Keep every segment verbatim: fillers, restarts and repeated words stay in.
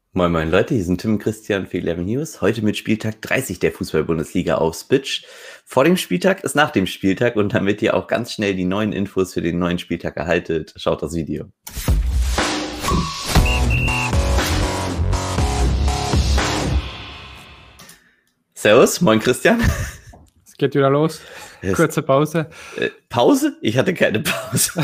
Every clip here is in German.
Moin Moin Leute, hier sind Tim und Christian für elf News. Heute mit Spieltag dreißig der Fußball-Bundesliga auf Spitch. Vor dem Spieltag ist nach dem Spieltag und damit ihr auch ganz schnell die neuen Infos für den neuen Spieltag erhaltet, schaut das Video. Servus, moin Christian. Es geht wieder los. Es, Kurze Pause. Äh, Pause? Ich hatte keine Pause.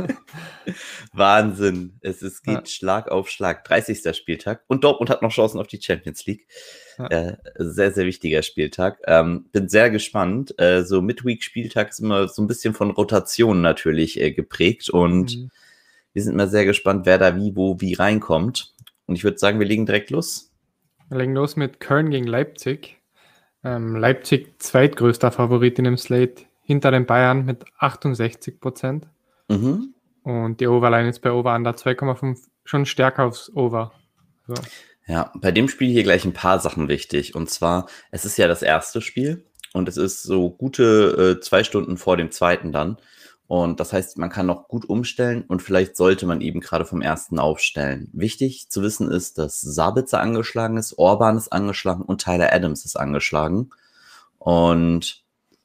Wahnsinn. Es, es geht ja. Schlag auf Schlag. dreißigster Spieltag. Und Dortmund hat noch Chancen auf die Champions League. Ja. Äh, sehr, sehr wichtiger Spieltag. Ähm, bin sehr gespannt. Äh, so Midweek-Spieltag ist immer so ein bisschen von Rotation natürlich äh, geprägt. Und mhm. wir sind immer sehr gespannt, wer da wie, wo, wie reinkommt. Und ich würde sagen, wir legen direkt los. Wir legen los mit Köln gegen Leipzig. Ähm, Leipzig zweitgrößter Favorit in dem Slate hinter den Bayern mit achtundsechzig Prozent. Mhm. Und die Overline ist bei Over-Under zwei Komma fünf schon stärker aufs Over. So. Ja, bei dem Spiel hier gleich ein paar Sachen wichtig. Und zwar, es ist ja das erste Spiel und es ist so gute äh, zwei Stunden vor dem zweiten dann. Und das heißt, man kann noch gut umstellen und vielleicht sollte man eben gerade vom ersten aufstellen. Wichtig zu wissen ist, dass Sabitzer angeschlagen ist, Orban ist angeschlagen und Tyler Adams ist angeschlagen. Und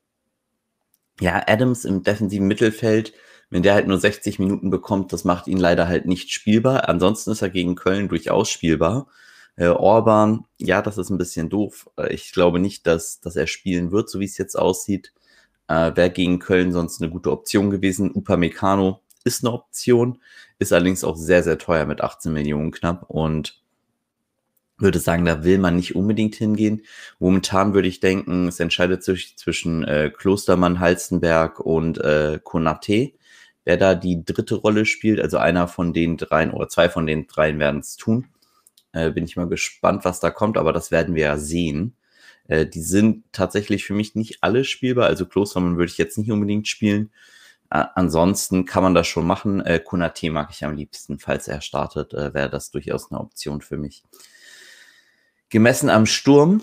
ja, Adams im defensiven Mittelfeld, wenn der halt nur sechzig Minuten bekommt, das macht ihn leider halt nicht spielbar. Ansonsten ist er gegen Köln durchaus spielbar. Äh, Orban, ja, das ist ein bisschen doof. Ich glaube nicht, dass, dass er spielen wird, so wie es jetzt aussieht. Äh, Wäre gegen Köln sonst eine gute Option gewesen. Upamecano ist eine Option, ist allerdings auch sehr, sehr teuer mit achtzehn Millionen knapp und würde sagen, da will man nicht unbedingt hingehen. Momentan würde ich denken, es entscheidet sich zwischen äh, Klostermann, Halstenberg und äh, Konate, wer da die dritte Rolle spielt. Also einer von den dreien oder zwei von den dreien werden es tun. Äh, bin ich mal gespannt, was da kommt, aber das werden wir ja sehen. Äh, die sind tatsächlich für mich nicht alle spielbar. Also Klostermann würde ich jetzt nicht unbedingt spielen. Äh, ansonsten kann man das schon machen. Äh, Konate mag ich am liebsten, falls er startet, äh, wäre das durchaus eine Option für mich. Gemessen am Sturm,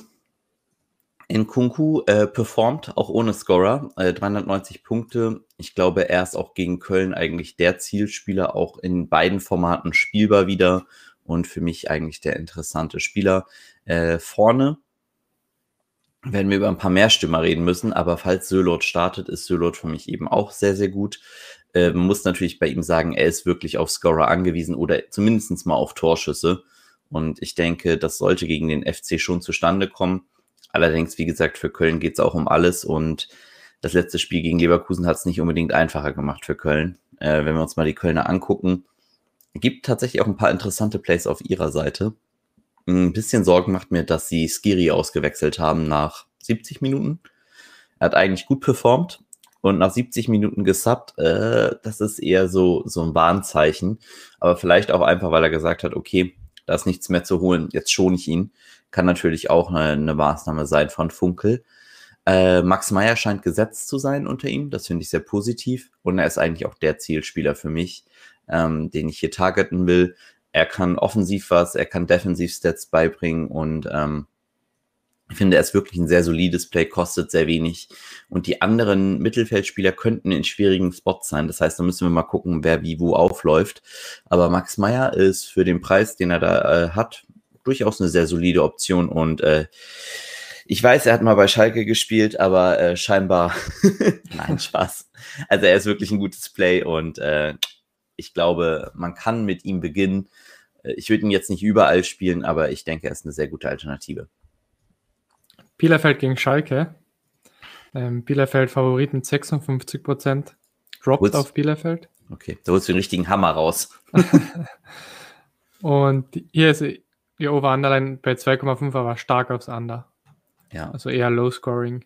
Nkunku äh, performt, auch ohne Scorer, äh, dreihundertneunzig Punkte. Ich glaube, er ist auch gegen Köln eigentlich der Zielspieler, auch in beiden Formaten spielbar wieder und für mich eigentlich der interessante Spieler. Äh, vorne werden wir über ein paar mehr Stürmer reden müssen, aber falls Sörloth startet, ist Sörloth für mich eben auch sehr, sehr gut. Äh, man muss natürlich bei ihm sagen, er ist wirklich auf Scorer angewiesen oder zumindest mal auf Torschüsse. Und ich denke, das sollte gegen den F C schon zustande kommen. Allerdings, wie gesagt, für Köln geht es auch um alles. Und das letzte Spiel gegen Leverkusen hat es nicht unbedingt einfacher gemacht für Köln. Äh, wenn wir uns mal die Kölner angucken, gibt tatsächlich auch ein paar interessante Plays auf ihrer Seite. Ein bisschen Sorgen macht mir, dass sie Skiri ausgewechselt haben nach siebzig Minuten. Er hat eigentlich gut performt und nach siebzig Minuten gesubbt. Äh, das ist eher so, so ein Warnzeichen. Aber vielleicht auch einfach, weil er gesagt hat, okay, da ist nichts mehr zu holen, jetzt schone ich ihn. Kann natürlich auch eine, eine Maßnahme sein von Funkel. Äh, Max Meyer scheint gesetzt zu sein unter ihm, das finde ich sehr positiv. Und er ist eigentlich auch der Zielspieler für mich, ähm, den ich hier targeten will. Er kann offensiv was, er kann defensiv Stats beibringen und ähm, ich finde, er ist wirklich ein sehr solides Play, kostet sehr wenig. Und die anderen Mittelfeldspieler könnten in schwierigen Spots sein. Das heißt, da müssen wir mal gucken, wer wie wo aufläuft. Aber Max Meyer ist für den Preis, den er da äh, hat, durchaus eine sehr solide Option. Und äh, ich weiß, er hat mal bei Schalke gespielt, aber äh, scheinbar, nein, Spaß. Also er ist wirklich ein gutes Play und äh, ich glaube, man kann mit ihm beginnen. Ich würde ihn jetzt nicht überall spielen, aber ich denke, er ist eine sehr gute Alternative. Bielefeld gegen Schalke. Ähm, Bielefeld Favorit mit sechsundfünfzig Prozent. Droppt holst, auf Bielefeld. Okay, da holst du den richtigen Hammer raus. Und hier ist die Over-Underline bei zwei Komma fünf, aber stark aufs Under. Ja. Also eher Low-Scoring.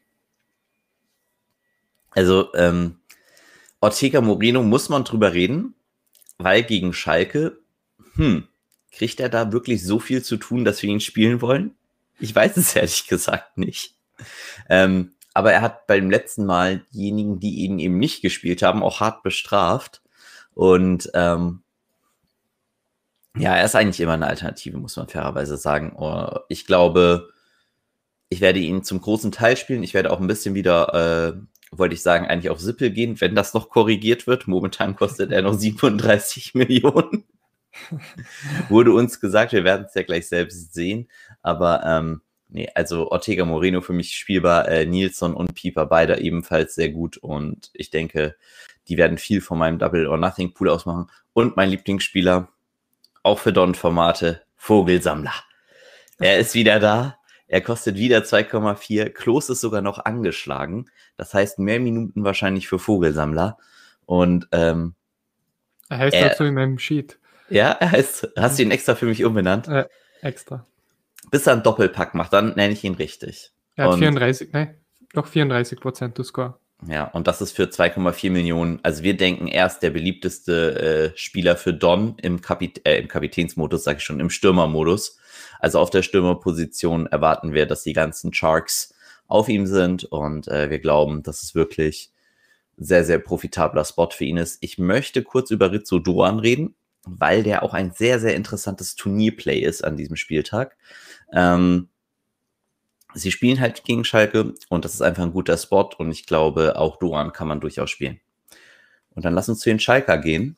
Also ähm, Ortega Moreno muss man drüber reden, weil gegen Schalke, hm, kriegt er da wirklich so viel zu tun, dass wir ihn spielen wollen? Ich weiß es ehrlich gesagt nicht. Ähm, aber er hat beim letzten Mal diejenigen, die ihn eben nicht gespielt haben, auch hart bestraft. Und ähm, ja, er ist eigentlich immer eine Alternative, muss man fairerweise sagen. Ich glaube, ich werde ihn zum großen Teil spielen. Ich werde auch ein bisschen wieder, äh, wollte ich sagen, eigentlich auf Sippel gehen, wenn das noch korrigiert wird. Momentan kostet er noch siebenunddreißig Millionen. Wurde uns gesagt, wir werden es ja gleich selbst sehen, aber ähm, nee, also Ortega Moreno für mich spielbar, äh, Nilsson und Pieper beide ebenfalls sehr gut und ich denke, die werden viel von meinem Double or Nothing Pool ausmachen und mein Lieblingsspieler, auch für Don-Formate, Vogelsammler. Er ist wieder da, er kostet wieder zwei Komma vier, Klos ist sogar noch angeschlagen, das heißt mehr Minuten wahrscheinlich für Vogelsammler und ähm, Er heißt er, auch so in meinem Sheet. Ja, er heißt, hast du ihn extra für mich umbenannt? Äh, extra. Bis er einen Doppelpack macht, dann nenne ich ihn richtig. Er hat und, vierunddreißig, ne, doch vierunddreißig Prozent to Score. Ja, und das ist für zwei Komma vier Millionen. Also wir denken, er ist der beliebteste äh, Spieler für Don im, Kapit äh, im Kapitänsmodus, sage ich schon, im Stürmermodus. Also auf der Stürmerposition erwarten wir, dass die ganzen Sharks auf ihm sind und äh, wir glauben, dass es wirklich sehr, sehr profitabler Spot für ihn ist. Ich möchte kurz über Rizzo Doan reden, weil der auch ein sehr, sehr interessantes Turnierplay ist an diesem Spieltag. Ähm, sie spielen halt gegen Schalke und das ist einfach ein guter Spot und ich glaube, auch Doan kann man durchaus spielen. Und dann lass uns zu den Schalker gehen.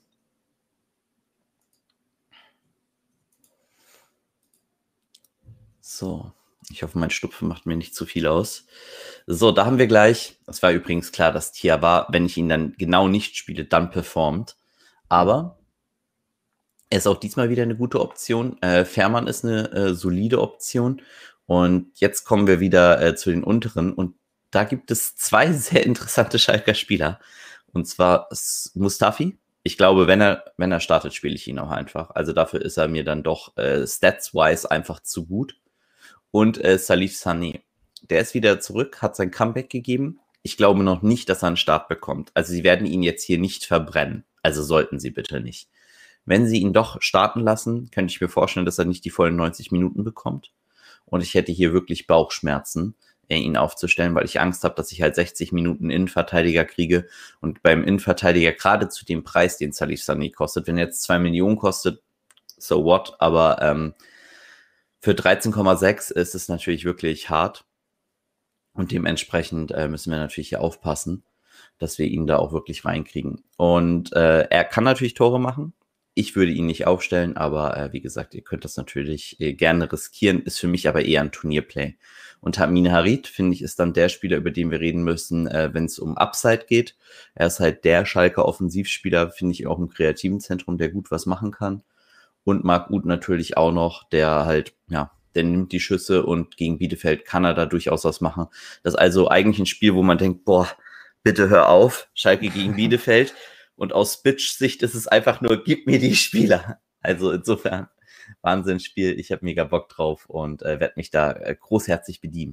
So, ich hoffe, mein Stupfen macht mir nicht zu viel aus. So, da haben wir gleich, das war übrigens klar, dass Tia war, wenn ich ihn dann genau nicht spiele, dann performt. Aber er ist auch diesmal wieder eine gute Option. Äh, Fährmann ist eine äh, solide Option. Und jetzt kommen wir wieder äh, zu den unteren. Und da gibt es zwei sehr interessante Schalker Spieler. Und zwar Mustafi. Ich glaube, wenn er, wenn er startet, spiele ich ihn auch einfach. Also dafür ist er mir dann doch äh, stats-wise einfach zu gut. Und äh, Salif Sané. Der ist wieder zurück, hat sein Comeback gegeben. Ich glaube noch nicht, dass er einen Start bekommt. Also sie werden ihn jetzt hier nicht verbrennen. Also sollten sie bitte nicht. Wenn sie ihn doch starten lassen, könnte ich mir vorstellen, dass er nicht die vollen neunzig Minuten bekommt. Und ich hätte hier wirklich Bauchschmerzen, ihn aufzustellen, weil ich Angst habe, dass ich halt sechzig Minuten Innenverteidiger kriege. Und beim Innenverteidiger gerade zu dem Preis, den Salif Sané kostet, wenn er jetzt zwei Millionen kostet, so what, aber ähm, für dreizehn Komma sechs ist es natürlich wirklich hart. Und dementsprechend äh, müssen wir natürlich hier aufpassen, dass wir ihn da auch wirklich reinkriegen. Und äh, er kann natürlich Tore machen. Ich würde ihn nicht aufstellen, aber äh, wie gesagt, ihr könnt das natürlich äh, gerne riskieren. Ist für mich aber eher ein Turnierplay. Und Tamine Harit, finde ich, ist dann der Spieler, über den wir reden müssen, äh, wenn es um Upside geht. Er ist halt der Schalker Offensivspieler, finde ich, auch im kreativen Zentrum, der gut was machen kann. Und Marc Uth natürlich auch noch, der halt, ja, der nimmt die Schüsse und gegen Bielefeld kann er da durchaus was machen. Das ist also eigentlich ein Spiel, wo man denkt, boah, bitte hör auf, Schalke gegen Bielefeld. Und aus Bitch-Sicht ist es einfach nur, gib mir die Spieler. Also insofern, Wahnsinnsspiel. Ich habe mega Bock drauf und äh, werde mich da äh, großherzig bedienen.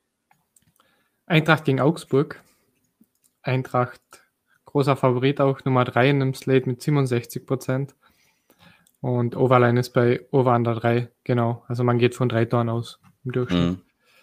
Eintracht gegen Augsburg. Eintracht, großer Favorit auch, Nummer drei in dem Slate mit siebenundsechzig Prozent. Und Overline ist bei Over Under drei, genau. Also man geht von drei Toren aus im Durchschnitt.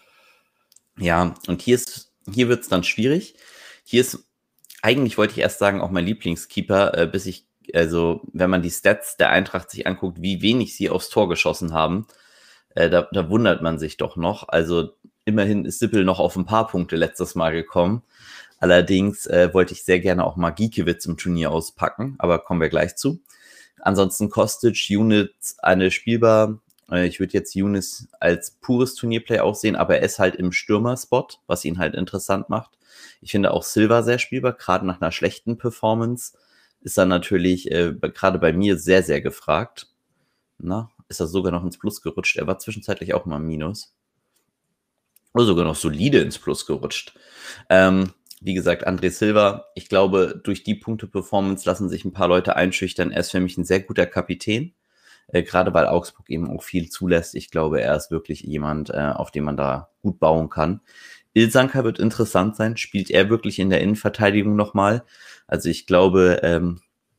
Ja, und hier ist, hier wird es dann schwierig. Hier ist, eigentlich wollte ich erst sagen, auch mein Lieblingskeeper, äh, bis ich, also wenn man die Stats der Eintracht sich anguckt, wie wenig sie aufs Tor geschossen haben, äh, da, da wundert man sich doch noch. Also immerhin ist Sippel noch auf ein paar Punkte letztes Mal gekommen. Allerdings äh, wollte ich sehr gerne auch mal Giekewitz im Turnier auspacken, aber kommen wir gleich zu. Ansonsten Kostic, Younes eine spielbar. Ich würde jetzt Younes als pures Turnierplay auch sehen, aber er ist halt im Stürmerspot, was ihn halt interessant macht. Ich finde auch Silva sehr spielbar, gerade nach einer schlechten Performance ist er natürlich äh, gerade bei mir sehr, sehr gefragt. Na, ist er sogar noch ins Plus gerutscht. Er war zwischenzeitlich auch mal im Minus. Oder sogar noch solide ins Plus gerutscht. Ähm, Wie gesagt, André Silva, ich glaube, durch die Punkte-Performance lassen sich ein paar Leute einschüchtern. Er ist für mich ein sehr guter Kapitän, äh, gerade weil Augsburg eben auch viel zulässt. Ich glaube, er ist wirklich jemand, äh, auf den man da gut bauen kann. Ilsanker wird interessant sein. Spielt er wirklich in der Innenverteidigung nochmal? Also ich glaube, ähm,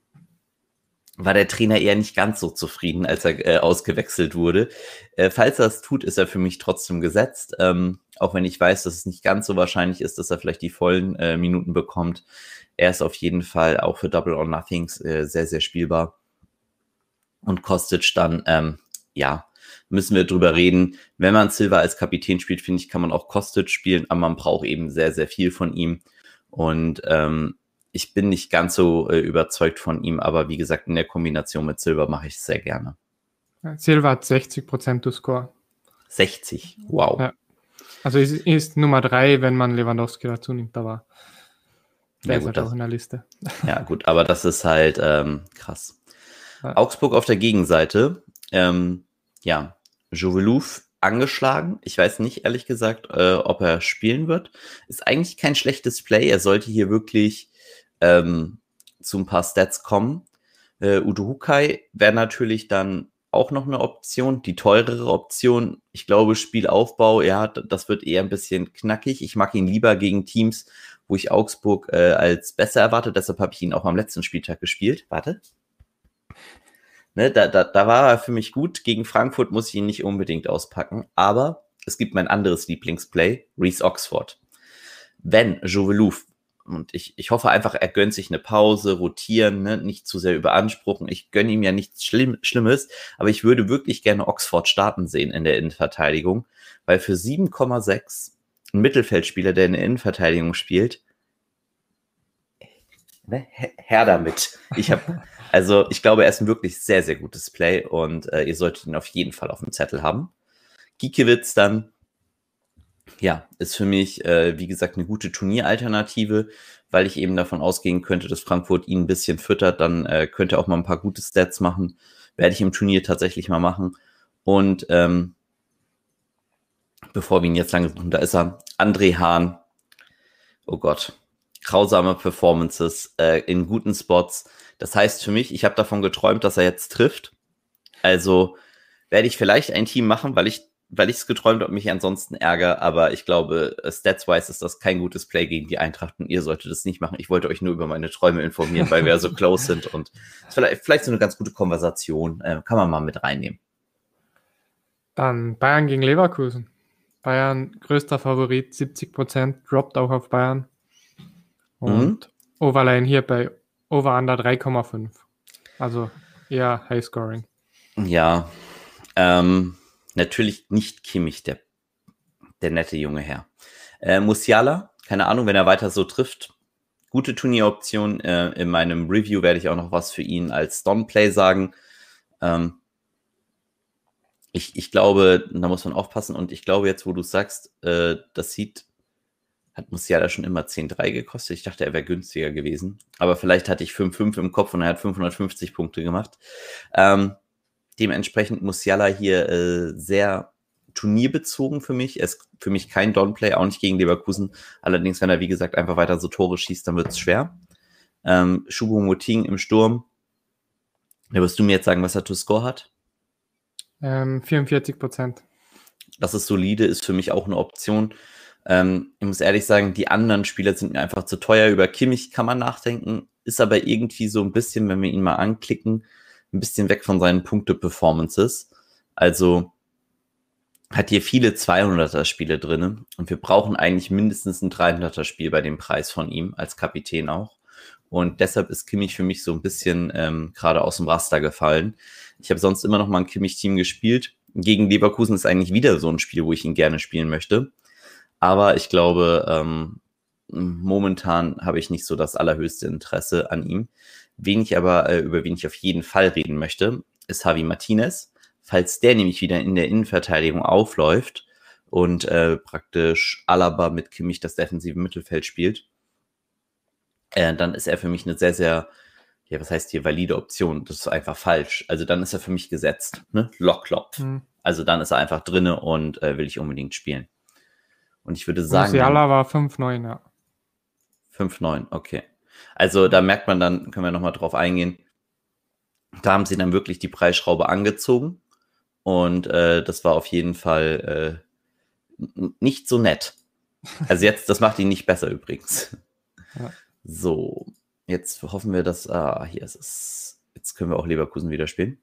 war der Trainer eher nicht ganz so zufrieden, als er äh, ausgewechselt wurde. Äh, falls er es tut, ist er für mich trotzdem gesetzt. Ähm, auch wenn ich weiß, dass es nicht ganz so wahrscheinlich ist, dass er vielleicht die vollen äh, Minuten bekommt. Er ist auf jeden Fall auch für Double or Nothings äh, sehr, sehr spielbar. Und Kostic dann, ähm, ja, müssen wir drüber reden. Wenn man Silva als Kapitän spielt, finde ich, kann man auch Kostic spielen, aber man braucht eben sehr, sehr viel von ihm. Und ähm, ich bin nicht ganz so äh, überzeugt von ihm, aber wie gesagt, in der Kombination mit Silva mache ich es sehr gerne. Silva hat sechzig Prozent to Score. sechzig, wow. Ja. Also ist, ist Nummer drei, wenn man Lewandowski dazu nimmt, aber der Ja, ist gut, halt das, auch in der Liste. ja gut, aber das ist halt ähm, krass. Ja. Augsburg auf der Gegenseite, ähm, ja, Jovelouf angeschlagen. Ich weiß nicht, ehrlich gesagt, äh, ob er spielen wird. Ist eigentlich kein schlechtes Play. Er sollte hier wirklich ähm, zu ein paar Stats kommen. Äh, Udo Hukai wäre natürlich dann auch noch eine Option, die teurere Option. Ich glaube, Spielaufbau, ja, das wird eher ein bisschen knackig. Ich mag ihn lieber gegen Teams, wo ich Augsburg äh, als besser erwarte. Deshalb habe ich ihn auch am letzten Spieltag gespielt. Warte. Ne, da, da, da war er für mich gut. Gegen Frankfurt muss ich ihn nicht unbedingt auspacken. Aber es gibt mein anderes Lieblingsplay, Reece Oxford. Wenn Jovelouf, und ich, ich hoffe einfach, er gönnt sich eine Pause, rotieren, ne, nicht zu sehr überanspruchen. Ich gönne ihm ja nichts Schlimm, Schlimmes, aber ich würde wirklich gerne Oxford starten sehen in der Innenverteidigung, weil für sieben Komma sechs ein Mittelfeldspieler, der in der Innenverteidigung spielt, ne, her damit. Ich habe Also ich glaube, er ist ein wirklich sehr, sehr gutes Play und äh, ihr solltet ihn auf jeden Fall auf dem Zettel haben. Giekewitz dann, ja, ist für mich, äh, wie gesagt, eine gute Turnieralternative, weil ich eben davon ausgehen könnte, dass Frankfurt ihn ein bisschen füttert, dann äh, könnte er auch mal ein paar gute Stats machen. Werde ich im Turnier tatsächlich mal machen. Und ähm, bevor wir ihn jetzt lange suchen, da ist er, André Hahn. Oh Gott, grausame Performances äh, in guten Spots. Das heißt für mich, ich habe davon geträumt, dass er jetzt trifft. Also werde ich vielleicht ein Team machen, weil ich weil ich es geträumt habe und mich ansonsten ärgere. Aber ich glaube, stats-wise ist das kein gutes Play gegen die Eintracht und ihr solltet es nicht machen. Ich wollte euch nur über meine Träume informieren, weil wir ja so close sind und vielleicht, vielleicht so eine ganz gute Konversation äh, kann man mal mit reinnehmen. Dann Bayern gegen Leverkusen. Bayern größter Favorit, siebzig Prozent, droppt auch auf Bayern. Und mhm. Overline hier bei Over-Under drei Komma fünf. Also eher High-Scoring. Ja, ähm, natürlich nicht Kimmich, der, der nette junge Herr. Äh, Musiala, keine Ahnung, wenn er weiter so trifft. Gute Turnieroption. Äh, in meinem Review werde ich auch noch was für ihn als Don-Play sagen. Ähm, ich, ich glaube, da muss man aufpassen. Und ich glaube jetzt, wo du sagst, äh, das sieht hat Musiala schon immer zehn Komma drei gekostet. Ich dachte, er wäre günstiger gewesen. Aber vielleicht hatte ich fünf Komma fünf im Kopf und er hat fünfhundertfünfzig Punkte gemacht. Ähm, dementsprechend Musiala hier äh, sehr turnierbezogen für mich. Er ist für mich kein Downplay, auch nicht gegen Leverkusen. Allerdings, wenn er, wie gesagt, einfach weiter so Tore schießt, dann wird es schwer. Ähm, Choupo-Moting im Sturm. Da wirst du mir jetzt sagen, was er to score hat? Ähm, vierundvierzig Prozent. Das ist solide, ist für mich auch eine Option. Ähm, ich muss ehrlich sagen, die anderen Spieler sind mir einfach zu teuer. Über Kimmich kann man nachdenken, ist aber irgendwie so ein bisschen, wenn wir ihn mal anklicken, ein bisschen weg von seinen Punkte-Performances. Also hat hier viele zweihunderter-Spiele drin und wir brauchen eigentlich mindestens ein dreihunderter-Spiel bei dem Preis von ihm, als Kapitän auch. Und deshalb ist Kimmich für mich so ein bisschen ähm, gerade aus dem Raster gefallen. Ich habe sonst immer noch mal ein Kimmich-Team gespielt. Gegen Leverkusen ist eigentlich wieder so ein Spiel, wo ich ihn gerne spielen möchte. Aber ich glaube, ähm, momentan habe ich nicht so das allerhöchste Interesse an ihm. Wen ich aber, äh, über wen ich auf jeden Fall reden möchte, ist Javi Martinez. Falls der nämlich wieder in der Innenverteidigung aufläuft und äh, praktisch Alaba mit Kimmich das defensive Mittelfeld spielt, äh, dann ist er für mich eine sehr, sehr, ja, was heißt hier, valide Option. Das ist einfach falsch. Also dann ist er für mich gesetzt, ne? Lockklopf. Mhm. Also dann ist er einfach drinne und äh, will ich unbedingt spielen. Und ich würde sagen... Musiala war fünf neun, ja. fünf neun, okay. Also da merkt man dann, können wir nochmal drauf eingehen, da haben sie dann wirklich die Preisschraube angezogen und äh, das war auf jeden Fall äh, n- nicht so nett. Also jetzt, das macht ihn nicht besser übrigens. Ja. So, jetzt hoffen wir, dass, ah, hier ist es, jetzt können wir auch Leverkusen wieder spielen.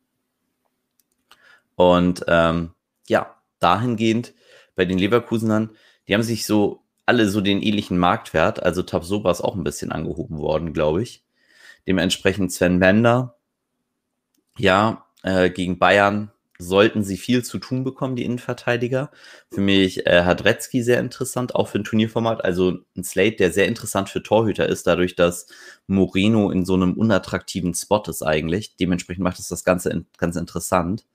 Und ähm, ja, dahingehend bei den Leverkusenern, die haben sich so alle so den ähnlichen Marktwert, also Tabsoba ist auch ein bisschen angehoben worden, glaube ich. Dementsprechend Sven Bender, ja, äh, gegen Bayern sollten sie viel zu tun bekommen, die Innenverteidiger. Für mich äh, hat Retzky sehr interessant, auch für ein Turnierformat. Also ein Slate, der sehr interessant für Torhüter ist, dadurch, dass Moreno in so einem unattraktiven Spot ist eigentlich. Dementsprechend macht es das Ganze in, ganz interessant.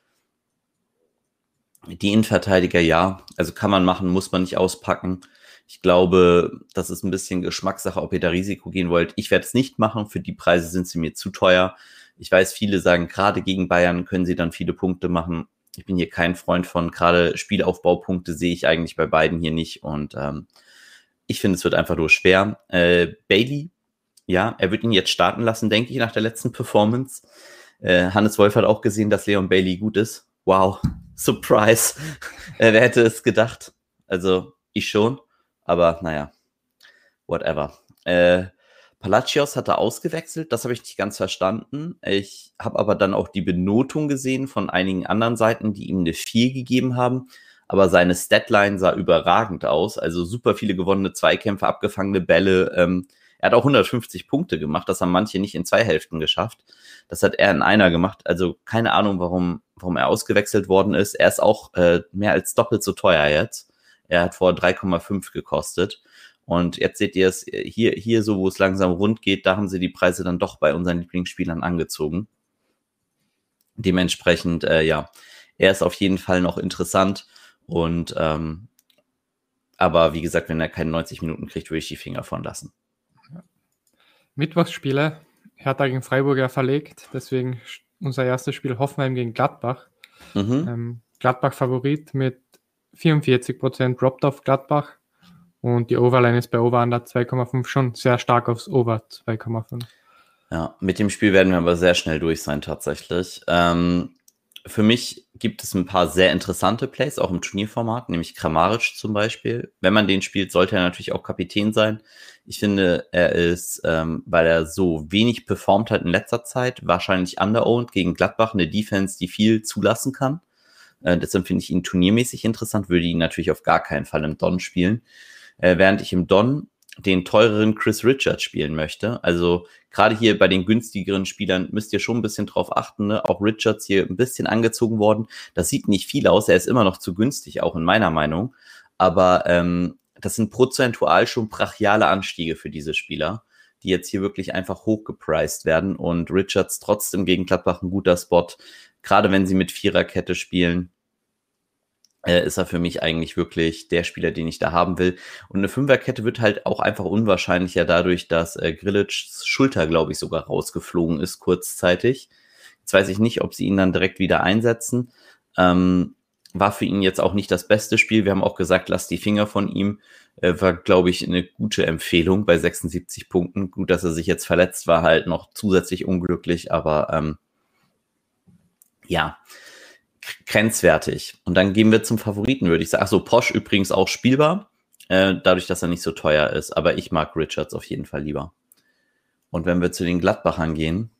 Die Innenverteidiger, ja, also kann man machen, muss man nicht auspacken. Ich glaube, das ist ein bisschen Geschmackssache, ob ihr da Risiko gehen wollt. Ich werde es nicht machen, für die Preise sind sie mir zu teuer. Ich weiß, viele sagen, gerade gegen Bayern können sie dann viele Punkte machen. Ich bin hier kein Freund von, gerade Spielaufbaupunkte sehe ich eigentlich bei beiden hier nicht. Und ähm, ich finde, es wird einfach nur schwer. Äh, Bailey, ja, er wird ihn jetzt starten lassen, denke ich, nach der letzten Performance. Äh, Hannes Wolf hat auch gesehen, dass Leon Bailey gut ist. Wow, Surprise. äh, wer hätte es gedacht? Also, ich schon. Aber naja, whatever. Äh, Palacios hat er ausgewechselt, das habe ich nicht ganz verstanden. Ich habe aber dann auch die Benotung gesehen von einigen anderen Seiten, die ihm eine vier gegeben haben. Aber seine Statline sah überragend aus. Also super viele gewonnene Zweikämpfe, abgefangene Bälle. Ähm, er hat auch hundertfünfzig Punkte gemacht. Das haben manche nicht in zwei Hälften geschafft. Das hat er in einer gemacht. Also keine Ahnung, warum, warum er ausgewechselt worden ist. Er ist auch äh, mehr als doppelt so teuer jetzt. Er hat vor drei Komma fünf gekostet. Und jetzt seht ihr es hier, hier so, wo es langsam rund geht, da haben sie die Preise dann doch bei unseren Lieblingsspielern angezogen. Dementsprechend, äh, ja, er ist auf jeden Fall noch interessant. Und ähm, aber wie gesagt, wenn er keine neunzig Minuten kriegt, würde ich die Finger von lassen. Mittwochsspiele, Hertha gegen Freiburg ja verlegt, deswegen unser erstes Spiel Hoffenheim gegen Gladbach. Mhm. Ähm, Gladbach Favorit mit vierundvierzig Prozent droppt auf Gladbach. Und die Overline ist bei Over-Under zwei Komma fünf schon sehr stark aufs Over zwei Komma fünf. Ja, mit dem Spiel werden wir aber sehr schnell durch sein tatsächlich. Ähm, für mich gibt es ein paar sehr interessante Plays, auch im Turnierformat, nämlich Kramaric zum Beispiel. Wenn man den spielt, sollte er natürlich auch Kapitän sein. Ich finde, er ist, ähm, weil er so wenig performt hat in letzter Zeit, wahrscheinlich underowned gegen Gladbach, eine Defense, die viel zulassen kann. Äh, deshalb finde ich ihn turniermäßig interessant, würde ihn natürlich auf gar keinen Fall im Don spielen. Äh, während ich im Don den teureren Chris Richards spielen möchte. Also gerade hier bei den günstigeren Spielern müsst ihr schon ein bisschen drauf achten. Ne? Auch Richards hier ein bisschen angezogen worden. Das sieht nicht viel aus. Er ist immer noch zu günstig, auch in meiner Meinung. Aber ähm, das sind prozentual schon brachiale Anstiege für diese Spieler, die jetzt hier wirklich einfach hochgepriced werden. Und Richards trotzdem gegen Gladbach ein guter Spot. Gerade wenn sie mit Viererkette spielen, Äh, ist er für mich eigentlich wirklich der Spieler, den ich da haben will. Und eine Fünferkette wird halt auch einfach unwahrscheinlicher dadurch, dass äh, Grillitschs Schulter, glaube ich, sogar rausgeflogen ist kurzzeitig. Jetzt weiß ich nicht, ob sie ihn dann direkt wieder einsetzen. Ähm, war für ihn jetzt auch nicht das beste Spiel. Wir haben auch gesagt, lasst die Finger von ihm. Äh, war, glaube ich, eine gute Empfehlung bei sechsundsiebzig Punkten. Gut, dass er sich jetzt verletzt war, halt noch zusätzlich unglücklich, aber ähm, ja, grenzwertig. Und dann gehen wir zum Favoriten, würde ich sagen. Achso, Posch übrigens auch spielbar, äh, dadurch, dass er nicht so teuer ist. Aber ich mag Richards auf jeden Fall lieber. Und wenn wir zu den Gladbachern gehen,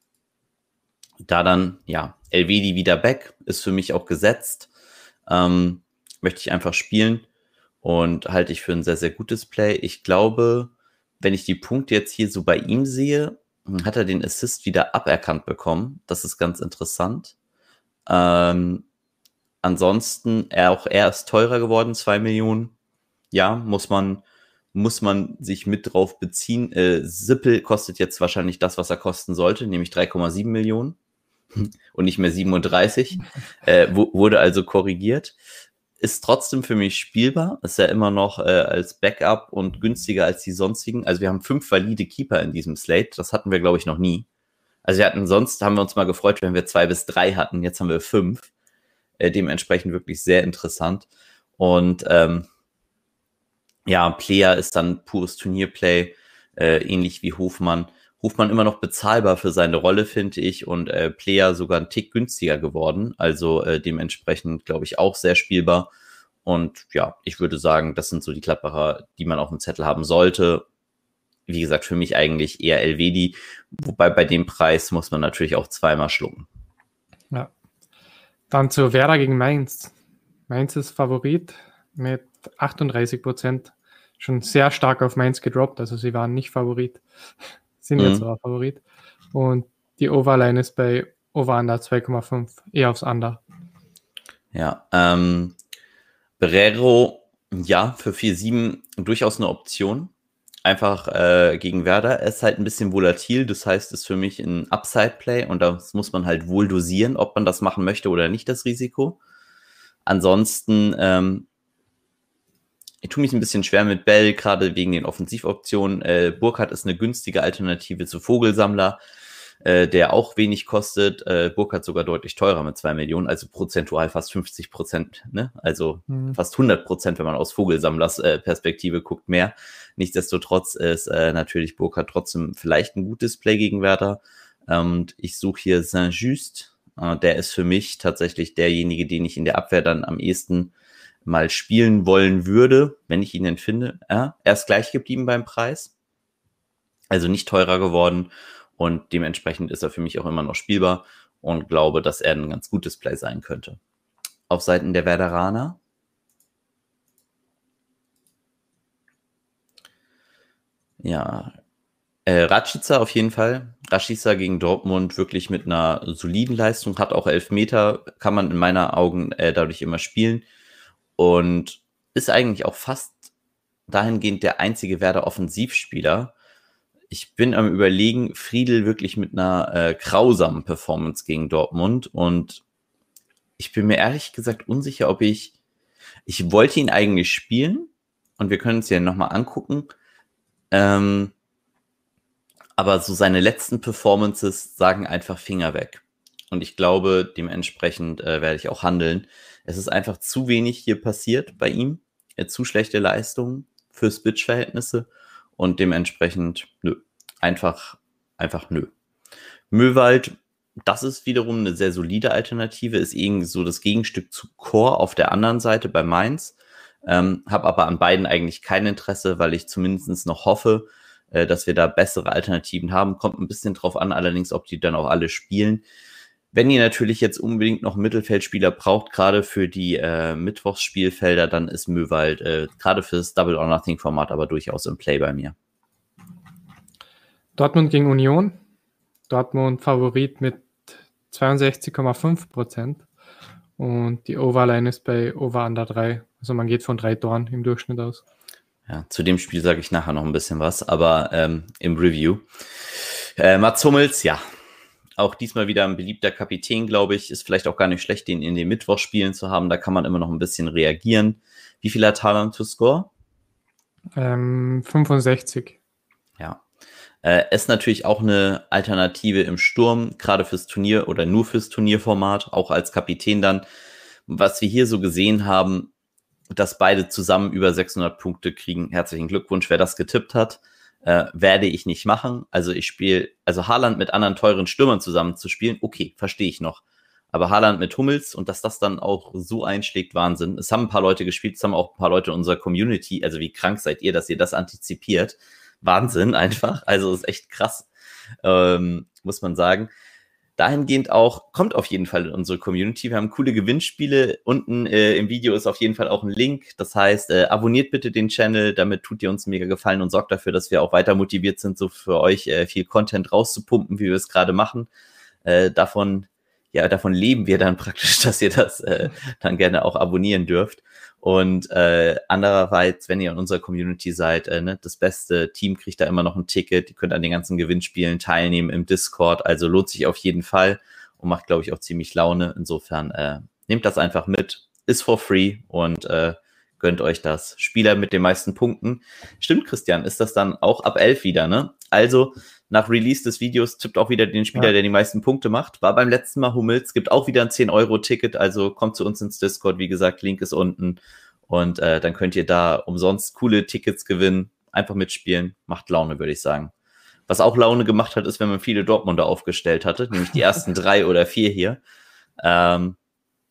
da dann, ja, Elvedi wieder back, ist für mich auch gesetzt. Ähm, möchte ich einfach spielen und halte ich für ein sehr, sehr gutes Play. Ich glaube, wenn ich die Punkte jetzt hier so bei ihm sehe, hat er den Assist wieder aberkannt bekommen. Das ist ganz interessant. Ähm, ansonsten, er auch er ist teurer geworden, zwei Millionen. Ja, muss man, muss man sich mit drauf beziehen. Äh, Sippel kostet jetzt wahrscheinlich das, was er kosten sollte, nämlich drei Komma sieben Millionen und nicht mehr siebenunddreißig. Äh, wurde also korrigiert. Ist trotzdem für mich spielbar. Ist ja immer noch äh, als Backup und günstiger als die sonstigen. Also wir haben fünf valide Keeper in diesem Slate. Das hatten wir, glaube ich, noch nie. Also wir hatten sonst, haben wir uns mal gefreut, wenn wir zwei bis drei hatten. Jetzt haben wir fünf. Äh, dementsprechend wirklich sehr interessant. Und ähm, ja, Player ist dann pures Turnierplay, äh, ähnlich wie Hofmann. Hofmann immer noch bezahlbar für seine Rolle, finde ich. Und äh, Player sogar einen Tick günstiger geworden. Also äh, dementsprechend, glaube ich, auch sehr spielbar. Und ja, ich würde sagen, das sind so die Gladbacher, die man auf dem Zettel haben sollte. Wie gesagt, für mich eigentlich eher Elvedi, wobei bei dem Preis muss man natürlich auch zweimal schlucken. Ja. Dann zu Werder gegen Mainz. Mainz ist Favorit mit achtunddreißig Prozent. Schon sehr stark auf Mainz gedroppt, also sie waren nicht Favorit, sind jetzt mhm. aber Favorit. Und die Overline ist bei Over-Under zwei Komma fünf, eher aufs Under. Ja, ähm, Barreiro, ja, für vier sieben durchaus eine Option. Einfach äh, gegen Werder. Er ist halt ein bisschen volatil, das heißt, ist für mich ein Upside-Play und das muss man halt wohl dosieren, ob man das machen möchte oder nicht, das Risiko. Ansonsten, ähm, ich tue mich ein bisschen schwer mit Bell, gerade wegen den Offensivoptionen. Äh, Burkhardt ist eine günstige Alternative zu Vogelsammler, äh, der auch wenig kostet. Äh, Burkhardt sogar deutlich teurer mit zwei Millionen, also prozentual fast fünfzig Prozent, ne? Also mhm. fast hundert Prozent, wenn man aus Vogelsammlers äh, Perspektive guckt, mehr. Nichtsdestotrotz ist äh, natürlich Burkhardt trotzdem vielleicht ein gutes Play gegen Werder. Und ich suche hier Saint-Just. Äh, der ist für mich tatsächlich derjenige, den ich in der Abwehr dann am ehesten mal spielen wollen würde, wenn ich ihn denn finde. Ja, er ist gleich geblieben beim Preis, also nicht teurer geworden und dementsprechend ist er für mich auch immer noch spielbar und glaube, dass er ein ganz gutes Play sein könnte. Auf Seiten der Werderaner. Ja, äh, Rashica auf jeden Fall. Rashica gegen Dortmund wirklich mit einer soliden Leistung, hat auch Elfmeter, kann man in meinen Augen äh, dadurch immer spielen. Und ist eigentlich auch fast dahingehend der einzige Werder-Offensivspieler. Ich bin am Überlegen, Friedel wirklich mit einer äh, grausamen Performance gegen Dortmund. Und ich bin mir ehrlich gesagt unsicher, ob ich... Ich wollte ihn eigentlich spielen. Und wir können uns ja nochmal angucken. Ähm, aber so seine letzten Performances sagen einfach Finger weg. Und ich glaube, dementsprechend äh, werde ich auch handeln. Es ist einfach zu wenig hier passiert bei ihm. Er zu schlechte Leistungen für Switch-Verhältnisse. Und dementsprechend, nö. Einfach, einfach nö. Möwald, das ist wiederum eine sehr solide Alternative. Ist irgendwie so das Gegenstück zu Chor auf der anderen Seite bei Mainz. Ähm, habe aber an beiden eigentlich kein Interesse, weil ich zumindest noch hoffe, äh, dass wir da bessere Alternativen haben. Kommt ein bisschen drauf an, allerdings, ob die dann auch alle spielen. Wenn ihr natürlich jetzt unbedingt noch einen Mittelfeldspieler braucht, gerade für die äh, Mittwochsspielfelder, dann ist Möwald äh, gerade fürs Double or Nothing Format aber durchaus im Play bei mir. Dortmund gegen Union. Dortmund Favorit mit zweiundsechzig Komma fünf Prozent und die Overline ist bei Over Under drei. Also man geht von drei Toren im Durchschnitt aus. Ja, zu dem Spiel sage ich nachher noch ein bisschen was, aber ähm, im Review. Äh, Mats Hummels, ja. Auch diesmal wieder ein beliebter Kapitän, glaube ich. Ist vielleicht auch gar nicht schlecht, den in den Mittwochsspielen zu haben. Da kann man immer noch ein bisschen reagieren. Wie viel hat Haaland to score? Ähm, fünfundsechzig. Ja. Äh, ist natürlich auch eine Alternative im Sturm, gerade fürs Turnier oder nur fürs Turnierformat, auch als Kapitän dann. Was wir hier so gesehen haben, dass beide zusammen über sechshundert Punkte kriegen. Herzlichen Glückwunsch, wer das getippt hat. Äh, werde ich nicht machen. Also ich spiele, also Haaland mit anderen teuren Stürmern zusammen zu spielen, okay, verstehe ich noch. Aber Haaland mit Hummels und dass das dann auch so einschlägt, Wahnsinn. Es haben ein paar Leute gespielt, es haben auch ein paar Leute in unserer Community, also wie krank seid ihr, dass ihr das antizipiert. Wahnsinn einfach, also ist echt krass, ähm, muss man sagen. Dahingehend auch, kommt auf jeden Fall in unsere Community. Wir haben coole Gewinnspiele. Unten äh, im Video ist auf jeden Fall auch ein Link. Das heißt, äh, abonniert bitte den Channel. Damit tut ihr uns mega gefallen und sorgt dafür, dass wir auch weiter motiviert sind, so für euch äh, viel Content rauszupumpen, wie wir es gerade machen. Äh, davon, ja, davon leben wir dann praktisch, dass ihr das äh, dann gerne auch abonnieren dürft. Und äh, andererseits, wenn ihr in unserer Community seid, äh, ne, das beste Team kriegt da immer noch ein Ticket. Ihr könnt an den ganzen Gewinnspielen teilnehmen im Discord. Also lohnt sich auf jeden Fall und macht, glaube ich, auch ziemlich Laune. Insofern äh, nehmt das einfach mit. Ist for free und äh, gönnt euch das. Spieler mit den meisten Punkten. Stimmt, Christian, ist das dann auch ab elf wieder, ne? Also nach Release des Videos tippt auch wieder den Spieler, ja, der die meisten Punkte macht. War beim letzten Mal Hummels. Gibt auch wieder ein zehn Euro Ticket. Also kommt zu uns ins Discord. Wie gesagt, Link ist unten. Und äh, dann könnt ihr da umsonst coole Tickets gewinnen. Einfach mitspielen. Macht Laune, würde ich sagen. Was auch Laune gemacht hat, ist, wenn man viele Dortmunder aufgestellt hatte. Nämlich die ersten drei oder vier hier. Ähm,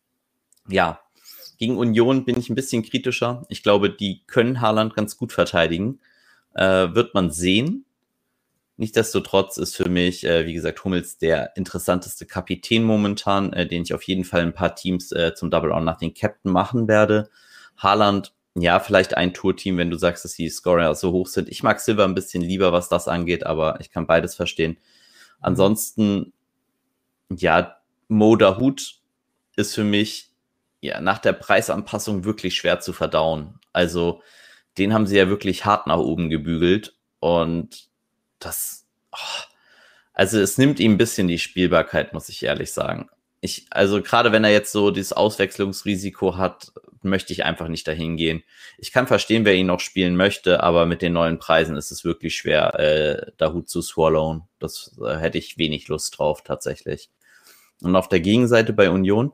ja, gegen Union bin ich ein bisschen kritischer. Ich glaube, die können Haaland ganz gut verteidigen. Äh, wird man sehen. Nichtsdestotrotz ist für mich, äh, wie gesagt, Hummels der interessanteste Kapitän momentan, äh, den ich auf jeden Fall ein paar Teams äh, zum Double or Nothing Captain machen werde. Haaland, ja, vielleicht ein Tourteam, wenn du sagst, dass die Scorer so hoch sind. Ich mag Silva ein bisschen lieber, was das angeht, aber ich kann beides verstehen. Ansonsten, ja, Mo Dahoud ist für mich ja, nach der Preisanpassung wirklich schwer zu verdauen. Also, den haben sie ja wirklich hart nach oben gebügelt und das, oh, also es nimmt ihm ein bisschen die Spielbarkeit, muss ich ehrlich sagen. Ich, also gerade wenn er jetzt so dieses Auswechslungsrisiko hat, möchte ich einfach nicht dahin gehen. Ich kann verstehen, wer ihn noch spielen möchte, aber mit den neuen Preisen ist es wirklich schwer, äh, Dahoud zu swallowen. Das äh, hätte ich wenig Lust drauf, tatsächlich. Und auf der Gegenseite bei Union?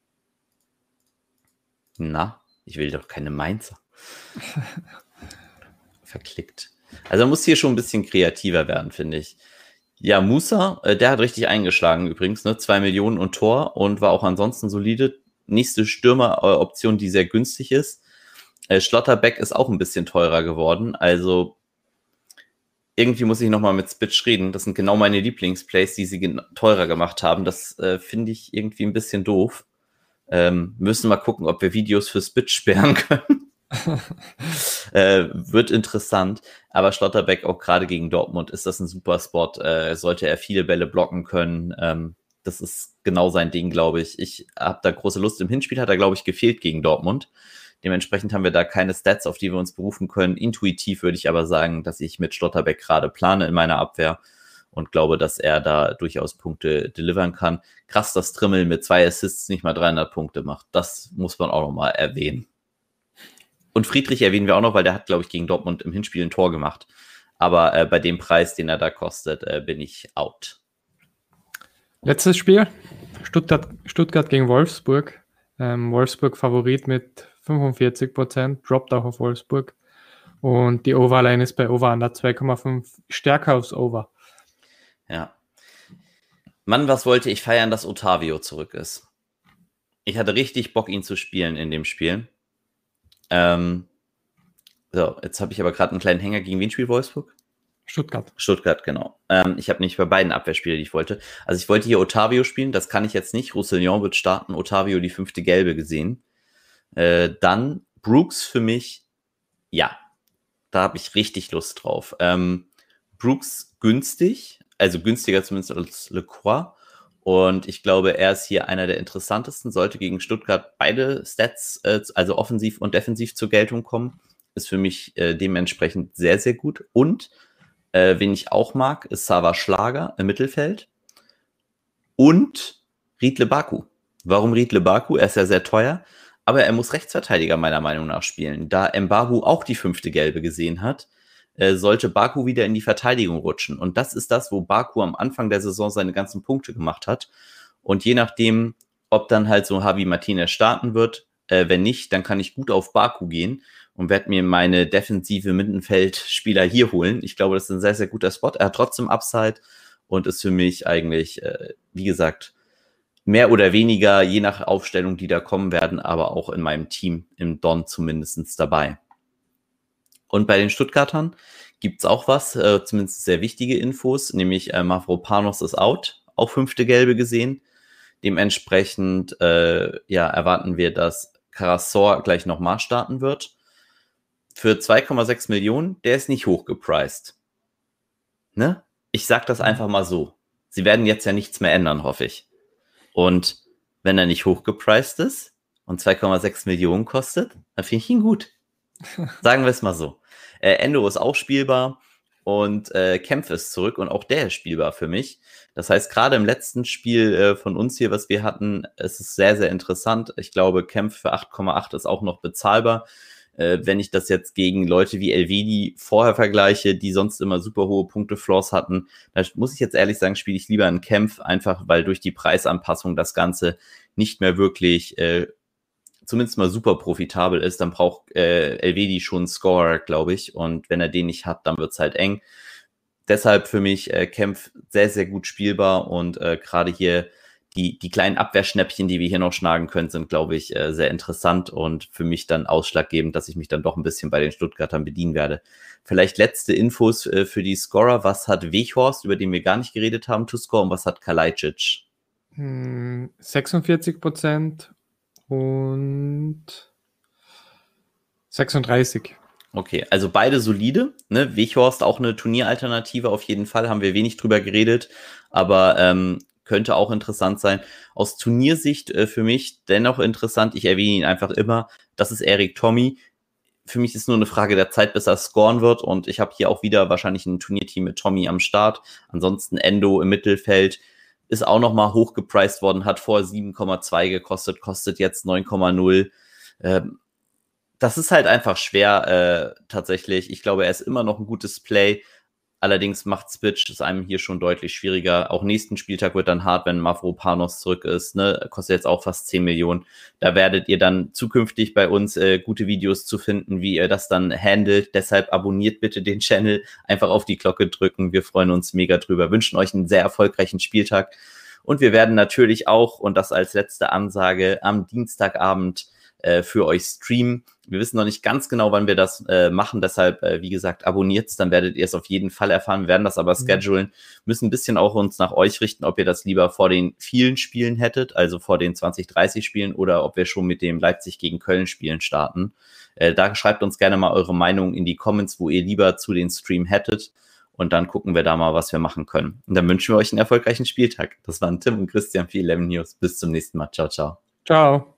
Na, ich will doch keine Mainzer. Verklickt. Also man muss hier schon ein bisschen kreativer werden, finde ich. Ja, Musa, äh, der hat richtig eingeschlagen übrigens, ne? Zwei Millionen und Tor und war auch ansonsten solide. Nächste Stürmeroption, die sehr günstig ist. Äh, Schlotterbeck ist auch ein bisschen teurer geworden. Also irgendwie muss ich nochmal mit Spitch reden. Das sind genau meine Lieblingsplays, die sie teurer gemacht haben. Das äh, finde ich irgendwie ein bisschen doof. Ähm, müssen mal gucken, ob wir Videos für Spitch sperren können. äh, wird interessant. Aber Schlotterbeck auch gerade gegen Dortmund ist das ein super Spot. Äh, sollte er viele Bälle blocken können. Ähm, das ist genau sein Ding, glaube ich. Ich habe da große Lust. Im Hinspiel hat er, glaube ich, gefehlt gegen Dortmund. Dementsprechend haben wir da keine Stats, auf die wir uns berufen können. Intuitiv würde ich aber sagen, dass ich mit Schlotterbeck gerade plane in meiner Abwehr und glaube, dass er da durchaus Punkte delivern kann. Krass, dass Trimmel mit zwei Assists nicht mal dreihundert Punkte macht. Das muss man auch noch mal erwähnen. Und Friedrich erwähnen wir auch noch, weil der hat, glaube ich, gegen Dortmund im Hinspiel ein Tor gemacht. Aber äh, bei dem Preis, den er da kostet, äh, bin ich out. Letztes Spiel, Stuttgart, Stuttgart gegen Wolfsburg. Ähm, Wolfsburg Favorit mit fünfundvierzig Prozent, droppt auch auf Wolfsburg. Und die Overline ist bei Over-Under zwei Komma fünf, stärker aufs Over. Ja. Mann, was wollte ich feiern, dass Otavio zurück ist. Ich hatte richtig Bock, ihn zu spielen in dem Spiel. Ähm, so, jetzt habe ich aber gerade einen kleinen Hänger. Gegen wen spielt Wolfsburg? Stuttgart. Stuttgart, genau. Ähm, ich habe nicht bei beiden Abwehrspiele, die ich wollte. Also ich wollte hier Otavio spielen, das kann ich jetzt nicht. Roussillon wird starten, Otavio die fünfte Gelbe gesehen. Äh, dann Brooks für mich, ja, da habe ich richtig Lust drauf. Ähm, Brooks günstig, also günstiger zumindest als Lecroix. Und ich glaube, er ist hier einer der interessantesten, sollte gegen Stuttgart beide Stats, äh, also offensiv und defensiv zur Geltung kommen. Ist für mich äh, dementsprechend sehr, sehr gut. Und äh, wen ich auch mag, ist Sava Schlager im Mittelfeld. Und Riedle Baku. Warum Riedle Baku? Er ist ja sehr teuer, aber er muss Rechtsverteidiger meiner Meinung nach spielen. Da Mbabu auch die fünfte Gelbe gesehen hat, äh, sollte Baku wieder in die Verteidigung rutschen. Und das ist das, wo Baku am Anfang der Saison seine ganzen Punkte gemacht hat. Und je nachdem, ob dann halt so Javi Martinez starten wird, äh, wenn nicht, dann kann ich gut auf Baku gehen und werde mir meine defensive Mittelfeldspieler hier holen. Ich glaube, das ist ein sehr, sehr guter Spot. Er hat trotzdem Upside und ist für mich eigentlich, äh, wie gesagt, mehr oder weniger, je nach Aufstellung, die da kommen werden, aber auch in meinem Team, im Don zumindest dabei. Und bei den Stuttgartern gibt's auch was, äh, zumindest sehr wichtige Infos, nämlich äh, Mavropanos ist out, auch fünfte Gelbe gesehen. Dementsprechend äh, ja, erwarten wir, dass Karasor gleich nochmal starten wird. Für zwei Komma sechs Millionen, der ist nicht hochgepriced. Ne? Ich sag das einfach mal so. Sie werden jetzt ja nichts mehr ändern, hoffe ich. Und wenn er nicht hochgepriced ist und zwei Komma sechs Millionen kostet, dann finde ich ihn gut. Sagen wir es mal so. Äh, Endo ist auch spielbar und äh, Kempf ist zurück und auch der ist spielbar für mich. Das heißt, gerade im letzten Spiel äh, von uns hier, was wir hatten, es ist sehr, sehr interessant. Ich glaube, Kempf für acht Komma acht ist auch noch bezahlbar. Äh, wenn ich das jetzt gegen Leute wie Elvedi vorher vergleiche, die sonst immer super hohe Punkte-Floors hatten, da muss ich jetzt ehrlich sagen, spiele ich lieber einen Kempf, einfach weil durch die Preisanpassung das Ganze nicht mehr wirklich äh, zumindest mal super profitabel ist. Dann braucht äh, Elvedi schon einen Scorer, glaube ich, und wenn er den nicht hat, dann wird es halt eng. Deshalb für mich äh, Kempf sehr, sehr gut spielbar und äh, gerade hier die, die kleinen Abwehrschnäppchen, die wir hier noch schlagen können, sind, glaube ich, äh, sehr interessant und für mich dann ausschlaggebend, dass ich mich dann doch ein bisschen bei den Stuttgartern bedienen werde. Vielleicht letzte Infos äh, für die Scorer. Was hat Weghorst, über den wir gar nicht geredet haben, to score und was hat Kalajdzic? Hm, sechsundvierzig Prozent und sechsunddreißig. Okay, also beide solide, ne? Weghorst auch eine Turnieralternative auf jeden Fall, haben wir wenig drüber geredet, aber ähm, könnte auch interessant sein. Aus Turniersicht äh, für mich dennoch interessant, ich erwähne ihn einfach immer, das ist Erik Tommy. Für mich ist nur eine Frage der Zeit, bis er scoren wird und ich habe hier auch wieder wahrscheinlich ein Turnierteam mit Tommy am Start. Ansonsten Endo im Mittelfeld ist auch nochmal hochgepriced worden, hat vorher sieben Komma zwei gekostet, kostet jetzt neun Komma null. Ähm, das ist halt einfach schwer äh, tatsächlich. Ich glaube, er ist immer noch ein gutes Play. Allerdings macht Switch es einem hier schon deutlich schwieriger. Auch nächsten Spieltag wird dann hart, wenn Mavropanos zurück ist. Ne? Kostet jetzt auch fast zehn Millionen. Da werdet ihr dann zukünftig bei uns äh, gute Videos zu finden, wie ihr das dann handelt. Deshalb abonniert bitte den Channel, einfach auf die Glocke drücken. Wir freuen uns mega drüber. Wünschen euch einen sehr erfolgreichen Spieltag. Und wir werden natürlich auch, und das als letzte Ansage, am Dienstagabend äh, für euch streamen. Wir wissen noch nicht ganz genau, wann wir das äh, machen, deshalb, äh, wie gesagt, abonniert's, dann werdet ihr es auf jeden Fall erfahren. Wir werden das aber schedulen, müssen ein bisschen auch uns nach euch richten, ob ihr das lieber vor den vielen Spielen hättet, also vor den zwanzig, dreißig Spielen, oder ob wir schon mit dem Leipzig gegen Köln Spielen starten. Äh, da schreibt uns gerne mal eure Meinung in die Comments, wo ihr lieber zu den Stream hättet, und dann gucken wir da mal, was wir machen können. Und dann wünschen wir euch einen erfolgreichen Spieltag. Das waren Tim und Christian für elf News. Bis zum nächsten Mal. Ciao, ciao. Ciao.